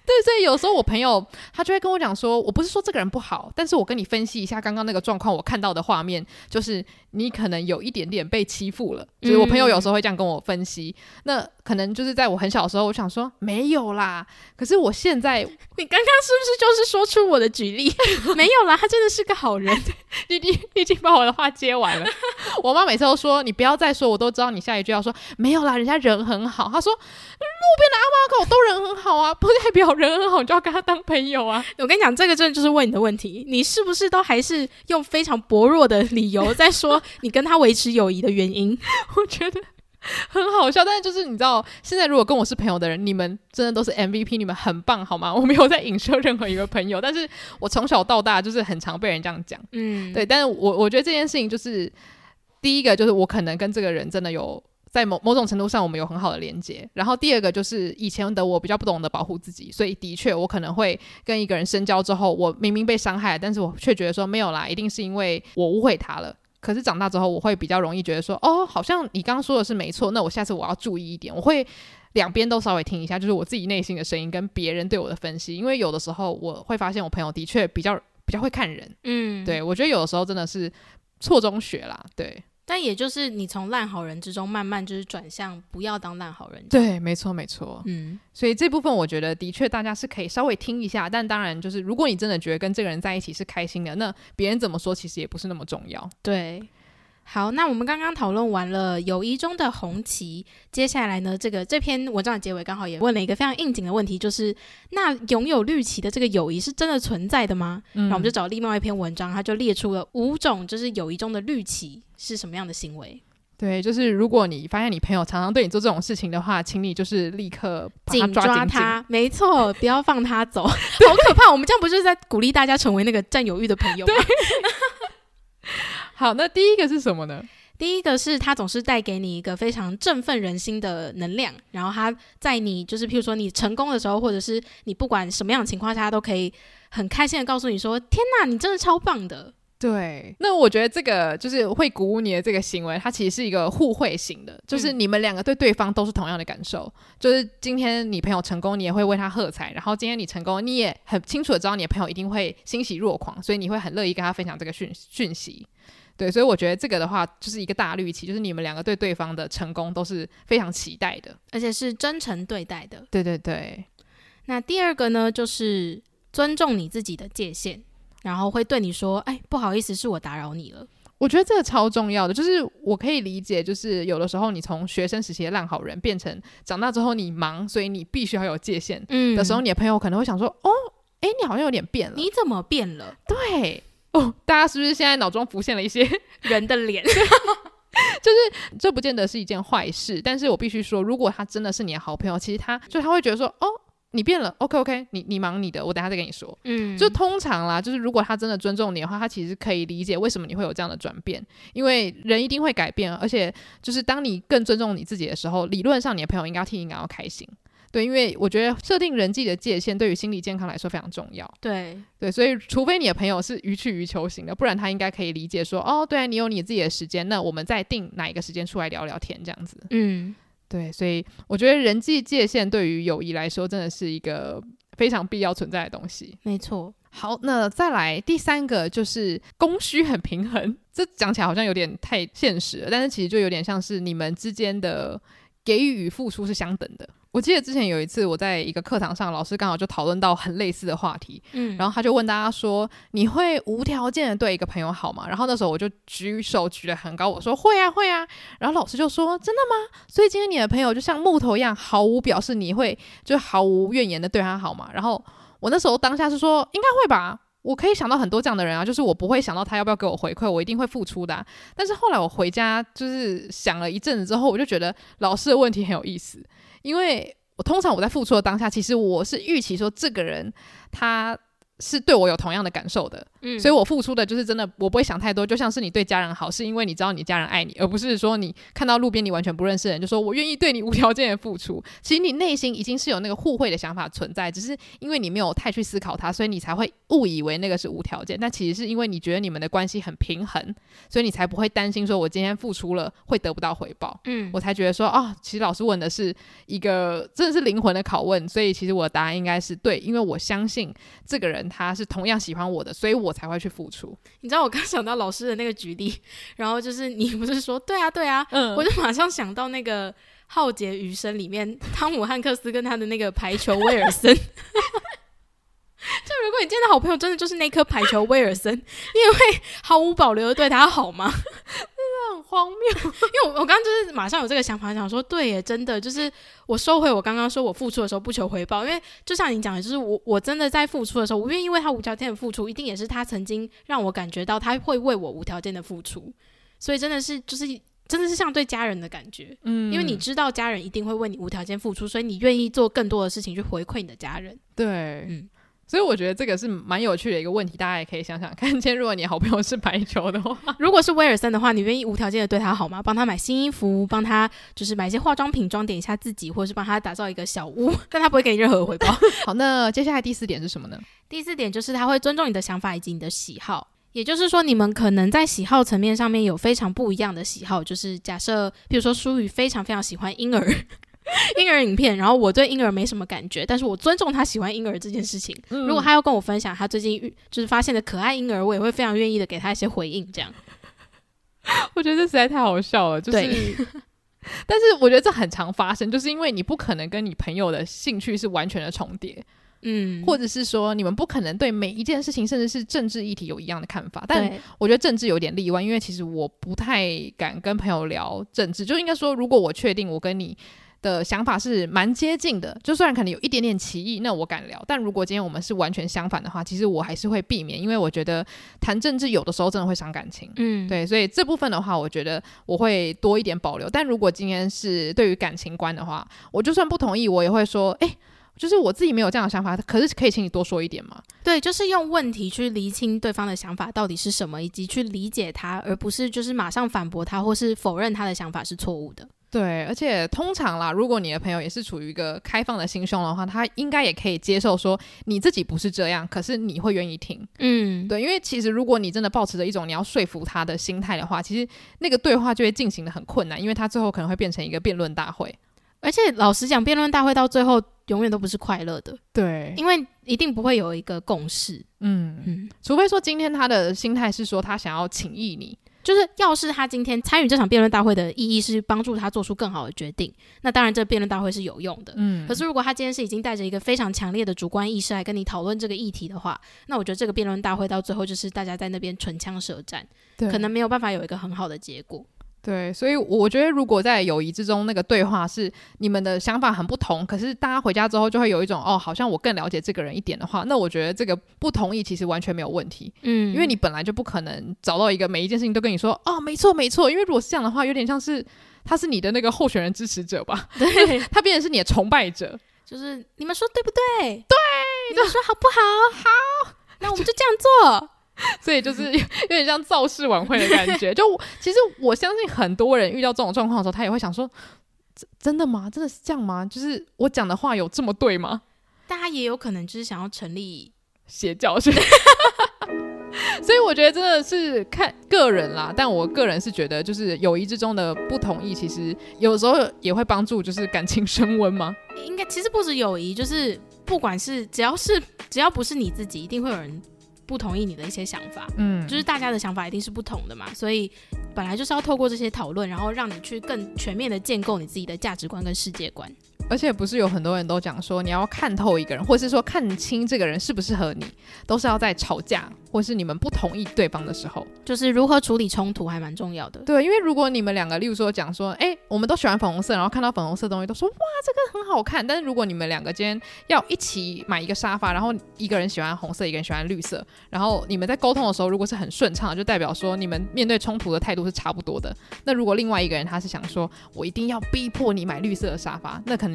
对，所以有时候我朋友他就会跟我讲说，我不是说这个人不好，但是我跟你分析一下刚刚那个状况，我看到的画面就是你可能有一点点被欺负了，就是我朋友有时候会这样跟我分析，那可能就是在我很小的时候我想说没有啦，可是我现在你刚刚是不是就是说出我的举例？没有啦，他真的是个好人。 你已经把我的话接完了。我妈每次都说你不要再说，我都知道你下一句要说没有啦，人家人很好。她说路边的阿猫狗都人很好啊，不代表人很好你就要跟他当朋友啊。 我跟你讲，这个真的就是问你的问题，你是不是都还是用非常薄弱的理由在说你跟他维持友谊的原因？ 我觉得很好笑，但是就是你知道，现在如果跟我是朋友的人，你们真的都是 MVP， 你们很棒好吗？我没有在影射任何一个朋友，但是我从小到大就是很常被人这样讲，对。但是我觉得这件事情就是第一个就是我可能跟这个人真的有在某种程度上我们有很好的连结，然后第二个就是以前的我比较不懂得保护自己，所以的确我可能会跟一个人深交之后，我明明被伤害，但是我却觉得说没有啦，一定是因为我误会他了。可是长大之后我会比较容易觉得说哦，好像你刚刚说的是没错，那我下次我要注意一点，我会两边都稍微听一下，就是我自己内心的声音跟别人对我的分析，因为有的时候我会发现我朋友的确比较会看人，对，我觉得有的时候真的是错中学啦，对。 但也就是你从烂好人之中慢慢就是转向不要当烂好人， 对，没错没错，所以这部分我觉得的确大家是可以稍微听一下，但当然就是如果你真的觉得跟这个人在一起是开心的，那别人怎么说其实也不是那么重要。 对，好，那我们刚刚讨论完了友谊中的红旗，接下来呢，这篇文章的结尾刚好也问了一个非常应景的问题，就是那拥有绿旗的这个友谊是真的存在的吗？然后我们就找另外一篇文章，它就列出了5种就是友谊中的绿旗是什么样的行为。 对，就是如果你发现你朋友常常对你做这种事情的话，请你就是立刻把他抓紧他，没错，不要放他走。好可怕，我们这样不就是在鼓励大家成为那个占有欲的朋友吗？ 好，那第一个是什么呢？ 第一个是他总是带给你一个非常振奋人心的能量，然后他在你就是譬如说你成功的时候，或者是你不管什么样的情况下，他都可以很开心的告诉你说天哪，你真的超棒的。 对，那我觉得这个就是会鼓舞你的这个行为，它其实是一个互惠型的，就是你们两个对对方都是同样的感受，就是今天你朋友成功，你也会为他喝彩，然后今天你成功，你也很清楚的知道你的朋友一定会欣喜若狂，所以你会很乐意跟他分享这个讯息。对，所以我觉得这个的话就是一个大绿旗，就是你们两个对对方的成功都是非常期待的， 而且是真诚对待的。 对对对。 那第二个呢，就是尊重你自己的界限，然后会对你说哎，不好意思，是我打扰你了。 我觉得这个超重要的，就是我可以理解，就是有的时候你从学生时期的烂好人变成长大之后你忙，所以你必须要有界限的时候，你的朋友可能会想说哦，哎，你好像有点变了， 你怎么变了？ 对哦，大家是不是现在脑中浮现了一些人的脸？ 就是这不见得是一件坏事，但是我必须说，如果他真的是你的好朋友，其实他会觉得说哦，你变了 OK 你忙你的，我等一下再跟你说。就通常啦，就是如果他真的尊重你的话，他其实可以理解为什么你会有这样的转变，因为人一定会改变，而且就是当你更尊重你自己的时候，理论上你的朋友应该替你感到开心。对，因为我觉得设定人际的界限对于心理健康来说非常重要。 对， 所以除非你的朋友是予取予求型的，不然他应该可以理解说哦，对啊，你有你自己的时间，那我们再定哪一个时间出来聊聊天这样子。对，所以我觉得人际界限对于友谊来说真的是一个非常必要存在的东西。 没错。 好，那再来第三个就是供需很平衡，这讲起来好像有点太现实了，但是其实就有点像是你们之间的给予与付出是相等的。我记得之前有一次我在一个课堂上，老师刚好就讨论到很类似的话题，然后他就问大家说你会无条件的对一个朋友好吗？然后那时候我就举手举得很高，我说会啊会啊，然后老师就说真的吗？所以今天你的朋友就像木头一样毫无表示，你会就毫无怨言的对他好吗？然后我那时候当下是说应该会吧，我可以想到很多这样的人啊，就是我不会想到他要不要给我回馈，我一定会付出的啊。但是后来我回家就是想了一阵子之后，我就觉得老师的问题很有意思，因为通常我在付出的当下，其实我是预期说这个人他是对我有同样的感受的，所以我付出的就是真的我不会想太多，就像是你对家人好是因为你知道你家人爱你，而不是说你看到路边你完全不认识的人就说我愿意对你无条件的付出，其实你内心已经是有那个互惠的想法存在，只是因为你没有太去思考它，所以你才会误以为那个是无条件，但其实是因为你觉得你们的关系很平衡，所以你才不会担心说我今天付出了会得不到回报。我才觉得说其实老师问的是一个真的是灵魂的拷问，所以其实我的答案应该是对，因为我相信这个人他是同样喜欢我的，所以我才会去付出。 你知道我刚想到老师的那个举例，然后就是你不是说对啊对啊，我就马上想到那个《浩劫余生》里面汤姆汉克斯跟他的那个排球威尔森就如果你见到好朋友真的就是那颗排球威尔森，你也会毫无保留的对他好吗？ 很荒谬， 因为我刚刚就是马上有这个想法，想说对耶，真的就是我收回我刚刚说我付出的时候不求回报，因为就像你讲的，就是我真的在付出的时候，我愿意为他无条件的付出，一定也是他曾经让我感觉到他会为我无条件的付出，所以真的是像对家人的感觉，因为你知道家人一定会为你无条件付出，所以你愿意做更多的事情去回馈你的家人。 对，所以我觉得这个是蛮有趣的一个问题，大家也可以想想看，今天如果你好朋友是排球的话， 如果是威尔森的话，你愿意无条件的对他好吗？帮他买新衣服，帮他就是买一些化妆品装点一下自己，或者是帮他打造一个小屋，但他不会给你任何回报。 好，那接下来第4点是什么呢？ 第4点就是他会尊重你的想法以及你的喜好，也就是说你们可能在喜好层面上面有非常不一样的喜好，就是假设比如说舒宇非常非常喜欢婴儿影片，然后我对婴儿没什么感觉，但是我尊重他喜欢婴儿这件事情，如果他要跟我分享他最近就是发现的可爱婴儿，我也会非常愿意的给他一些回应，这样我觉得这实在太好笑了，就是但是我觉得这很常发生，就是因为你不可能跟你朋友的兴趣是完全的重叠，或者是说你们不可能对每一件事情甚至是政治议题有一样的看法，但我觉得政治有点例外，因为其实我不太敢跟朋友聊政治，就应该说如果我确定我跟你的想法是蛮接近的，就虽然可能有一点点歧义，那我敢聊，但如果今天我们是完全相反的话，其实我还是会避免，因为我觉得谈政治有的时候真的会伤感情，对，所以这部分的话我觉得我会多一点保留，但如果今天是对于感情观的话，我就算不同意我也会说就是我自己没有这样的想法，可是可以请你多说一点吗？对， 就是用问题去厘清对方的想法到底是什么，以及去理解他，而不是就是马上反驳他或是否认他的想法是错误的。 对，而且通常啦，如果你的朋友也是处于一个开放的心胸的话，他应该也可以接受说你自己不是这样，可是你会愿意听。对，因为其实如果你真的抱持着一种你要说服他的心态的话，其实那个对话就会进行的很困难，因为他最后可能会变成一个辩论大会。 而且老实讲，辩论大会到最后永远都不是快乐的。 对， 因为一定不会有一个共识。 除非说今天他的心态是说他想要请益你， 就是要是他今天参与这场辩论大会的意义是帮助他做出更好的决定，那当然这辩论大会是有用的。可是如果他今天是已经带着一个非常强烈的主观意识来跟你讨论这个议题的话，那我觉得这个辩论大会到最后就是大家在那边唇枪舌战，可能没有办法有一个很好的结果。 对，所以我觉得如果在友谊之中那个对话是你们的想法很不同，可是大家回家之后就会有一种好像我更了解这个人一点的话，那我觉得这个不同意其实完全没有问题。因为你本来就不可能找到一个每一件事情都跟你说没错没错，因为如果是这样的话有点像是他是你的那个候选人支持者吧，对，他变成是你的崇拜者， 就是你们说对不对？ 对， 你们说好不好？好，那我们就这样做。 所以就是有点像造势晚会的感觉就其实我相信很多人遇到这种状况的时候，他也会想说真的吗？真的是这样吗？就是我讲的话有这么对吗？ 但他也有可能就是想要成立邪教是所以我觉得真的是看个人啦，但我个人是觉得就是友谊之中的不同意其实有时候也会帮助就是感情升温吗？ 应该其实不止友谊，就是不管是只要不是你自己，一定会有人不同意你的一些想法，就是大家的想法一定是不同的嘛，所以本来就是要透过这些讨论，然后让你去更全面的建构你自己的价值观跟世界观。 而且不是有很多人都讲说你要看透一个人，或是说看清这个人适不适合你，都是要在吵架或是你们不同意对方的时候， 就是如何处理冲突还蛮重要的。 对，因为如果你们两个例如说讲说我们都喜欢粉红色，然后看到粉红色的东西都说哇这个很好看，但是如果你们两个今天要一起买一个沙发，然后一个人喜欢红色一个人喜欢绿色，然后你们在沟通的时候如果是很顺畅的，就代表说你们面对冲突的态度是差不多的。那如果另外一个人他是想说我一定要逼迫你买绿色的沙发，那可能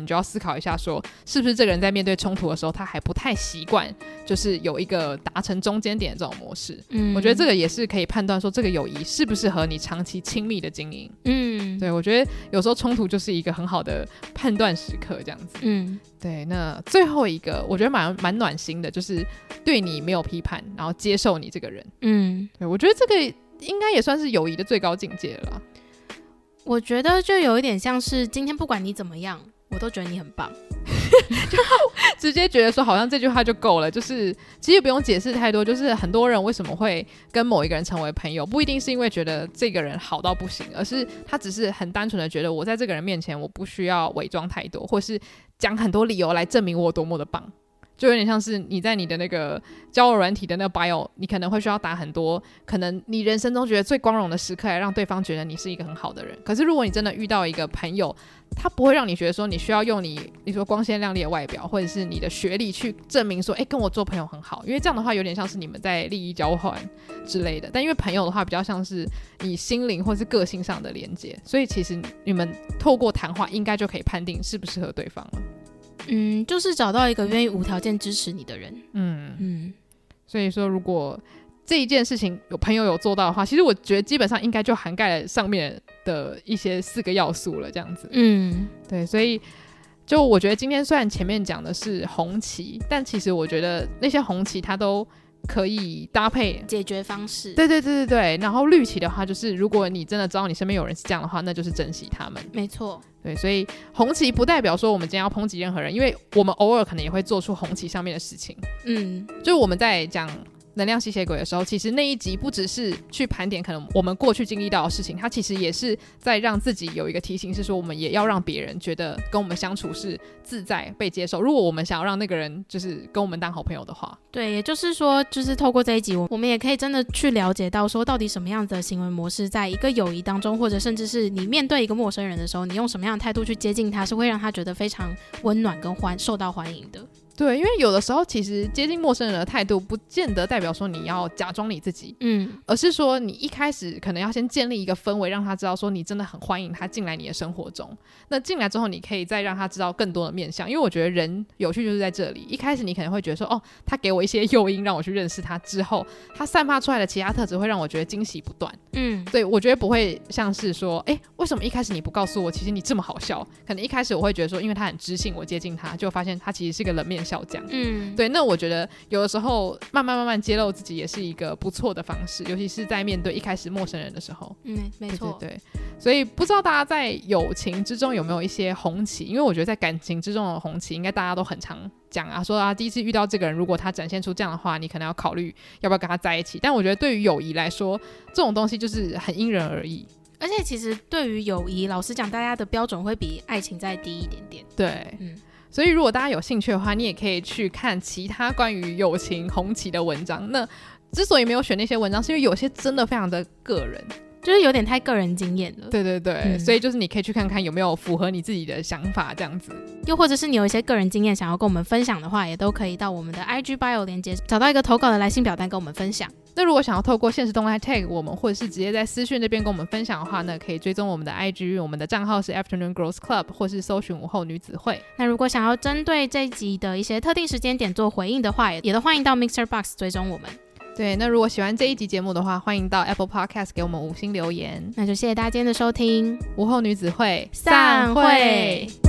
就要思考一下说是不是这个人在面对冲突的时候他还不太习惯就是有一个达成中间点的这种模式。我觉得这个也是可以判断说这个友谊适不适合你长期亲密的经营。对，我觉得有时候冲突就是一个很好的判断时刻这样子。对，那最后一个我觉得蛮暖心的，就是对你没有批判，然后接受你这个人。对，我觉得这个应该也算是友谊的最高境界了啦。 我觉得就有一点像是今天不管你怎么样我都觉得你很棒就直接觉得说好像这句话就够了，就是其实不用解释太多，就是很多人为什么会跟某一个人成为朋友，不一定是因为觉得这个人好到不行，而是他只是很单纯的觉得我在这个人面前我不需要伪装太多，或是讲很多理由来证明我多么的棒。就有点像是你在你的那个交友软体的那个 bio， 你可能会需要打很多可能你人生中觉得最光荣的时刻来让对方觉得你是一个很好的人。可是如果你真的遇到一个朋友，他不会让你觉得说你需要用你说光鲜亮丽的外表或者是你的学历去证明说跟我做朋友很好，因为这样的话有点像是你们在利益交换之类的。但因为朋友的话比较像是你心灵或是个性上的连接，所以其实你们透过谈话应该就可以判定适不适合对方了。 就是找到一个愿意无条件支持你的人。 所以说如果这一件事情有朋友有做到的话，其实我觉得基本上应该就涵盖了上面的一些4个要素了这样子。对，所以就我觉得今天虽然前面讲的是红旗，但其实我觉得那些红旗它都可以搭配解决方式。 对，然后绿旗的话就是如果你真的知道你身边有人是这样的话，那就是珍惜他们。 没错。 对，所以红旗不代表说我们今天要抨击任何人，因为我们偶尔可能也会做出红旗上面的事情。就是我们在讲能量吸血鬼的时候，其实那一集不只是去盘点可能我们过去经历到的事情，它其实也是在让自己有一个提醒，是说我们也要让别人觉得跟我们相处是自在被接受，如果我们想要让那个人就是跟我们当好朋友的话。 对，也就是说就是透过这一集我们也可以真的去了解到说到底什么样子的行为模式在一个友谊当中，或者甚至是你面对一个陌生人的时候，你用什么样的态度去接近他，是会让他觉得非常温暖跟受到欢迎的。 对，因为有的时候其实接近陌生人的态度不见得代表说你要假装你自己，而是说你一开始可能要先建立一个氛围，让他知道说你真的很欢迎他进来你的生活中。那进来之后你可以再让他知道更多的面向，因为我觉得人有趣就是在这里，一开始你可能会觉得说他给我一些诱因让我去认识他，之后他散发出来的其他特质会让我觉得惊喜不断。对，我觉得不会像是说为什么一开始你不告诉我其实你这么好笑，可能一开始我会觉得说因为他很知性我接近他，就发现他其实是个冷面笑匠。对，那我觉得有的时候慢慢揭露自己也是一个不错的方式，尤其是在面对一开始陌生人的时候。 没错。 对，所以不知道大家在友情之中有没有一些红旗，因为我觉得在感情之中的红旗应该大家都很常讲啊，说第一次遇到这个人如果他展现出这样的话，你可能要考虑要不要跟他在一起。但我觉得对于友谊来说这种东西就是很因人而异， 而且其实对于友谊老实讲大家的标准会比爱情再低一点点。 对，所以如果大家有兴趣的话，你也可以去看其他关于友情红旗的文章。那之所以没有选那些文章，是因为有些真的非常的个人， 就是有点太个人经验了。 对，所以就是你可以去看看有没有符合你自己的想法这样子。 又或者是你有一些个人经验想要跟我们分享的话，也都可以到我们的 IG bio 连结找到一个投稿的来信表单跟我们分享。 那如果想要透过现实动态 tag 我们，或者是直接在私讯这边跟我们分享的话呢，可以追踪我们的 IG， 我们的账号是 Afternoon Girls Club， 或是搜寻午后女子会。 那如果想要针对这一集的一些特定时间点做回应的话，也都欢迎到 Mixer Box 追踪我们。 对，那如果喜欢这一集节目的话，欢迎到 Apple Podcast 给我们5星留言。 那就谢谢大家今天的收听， 午后女子会散会。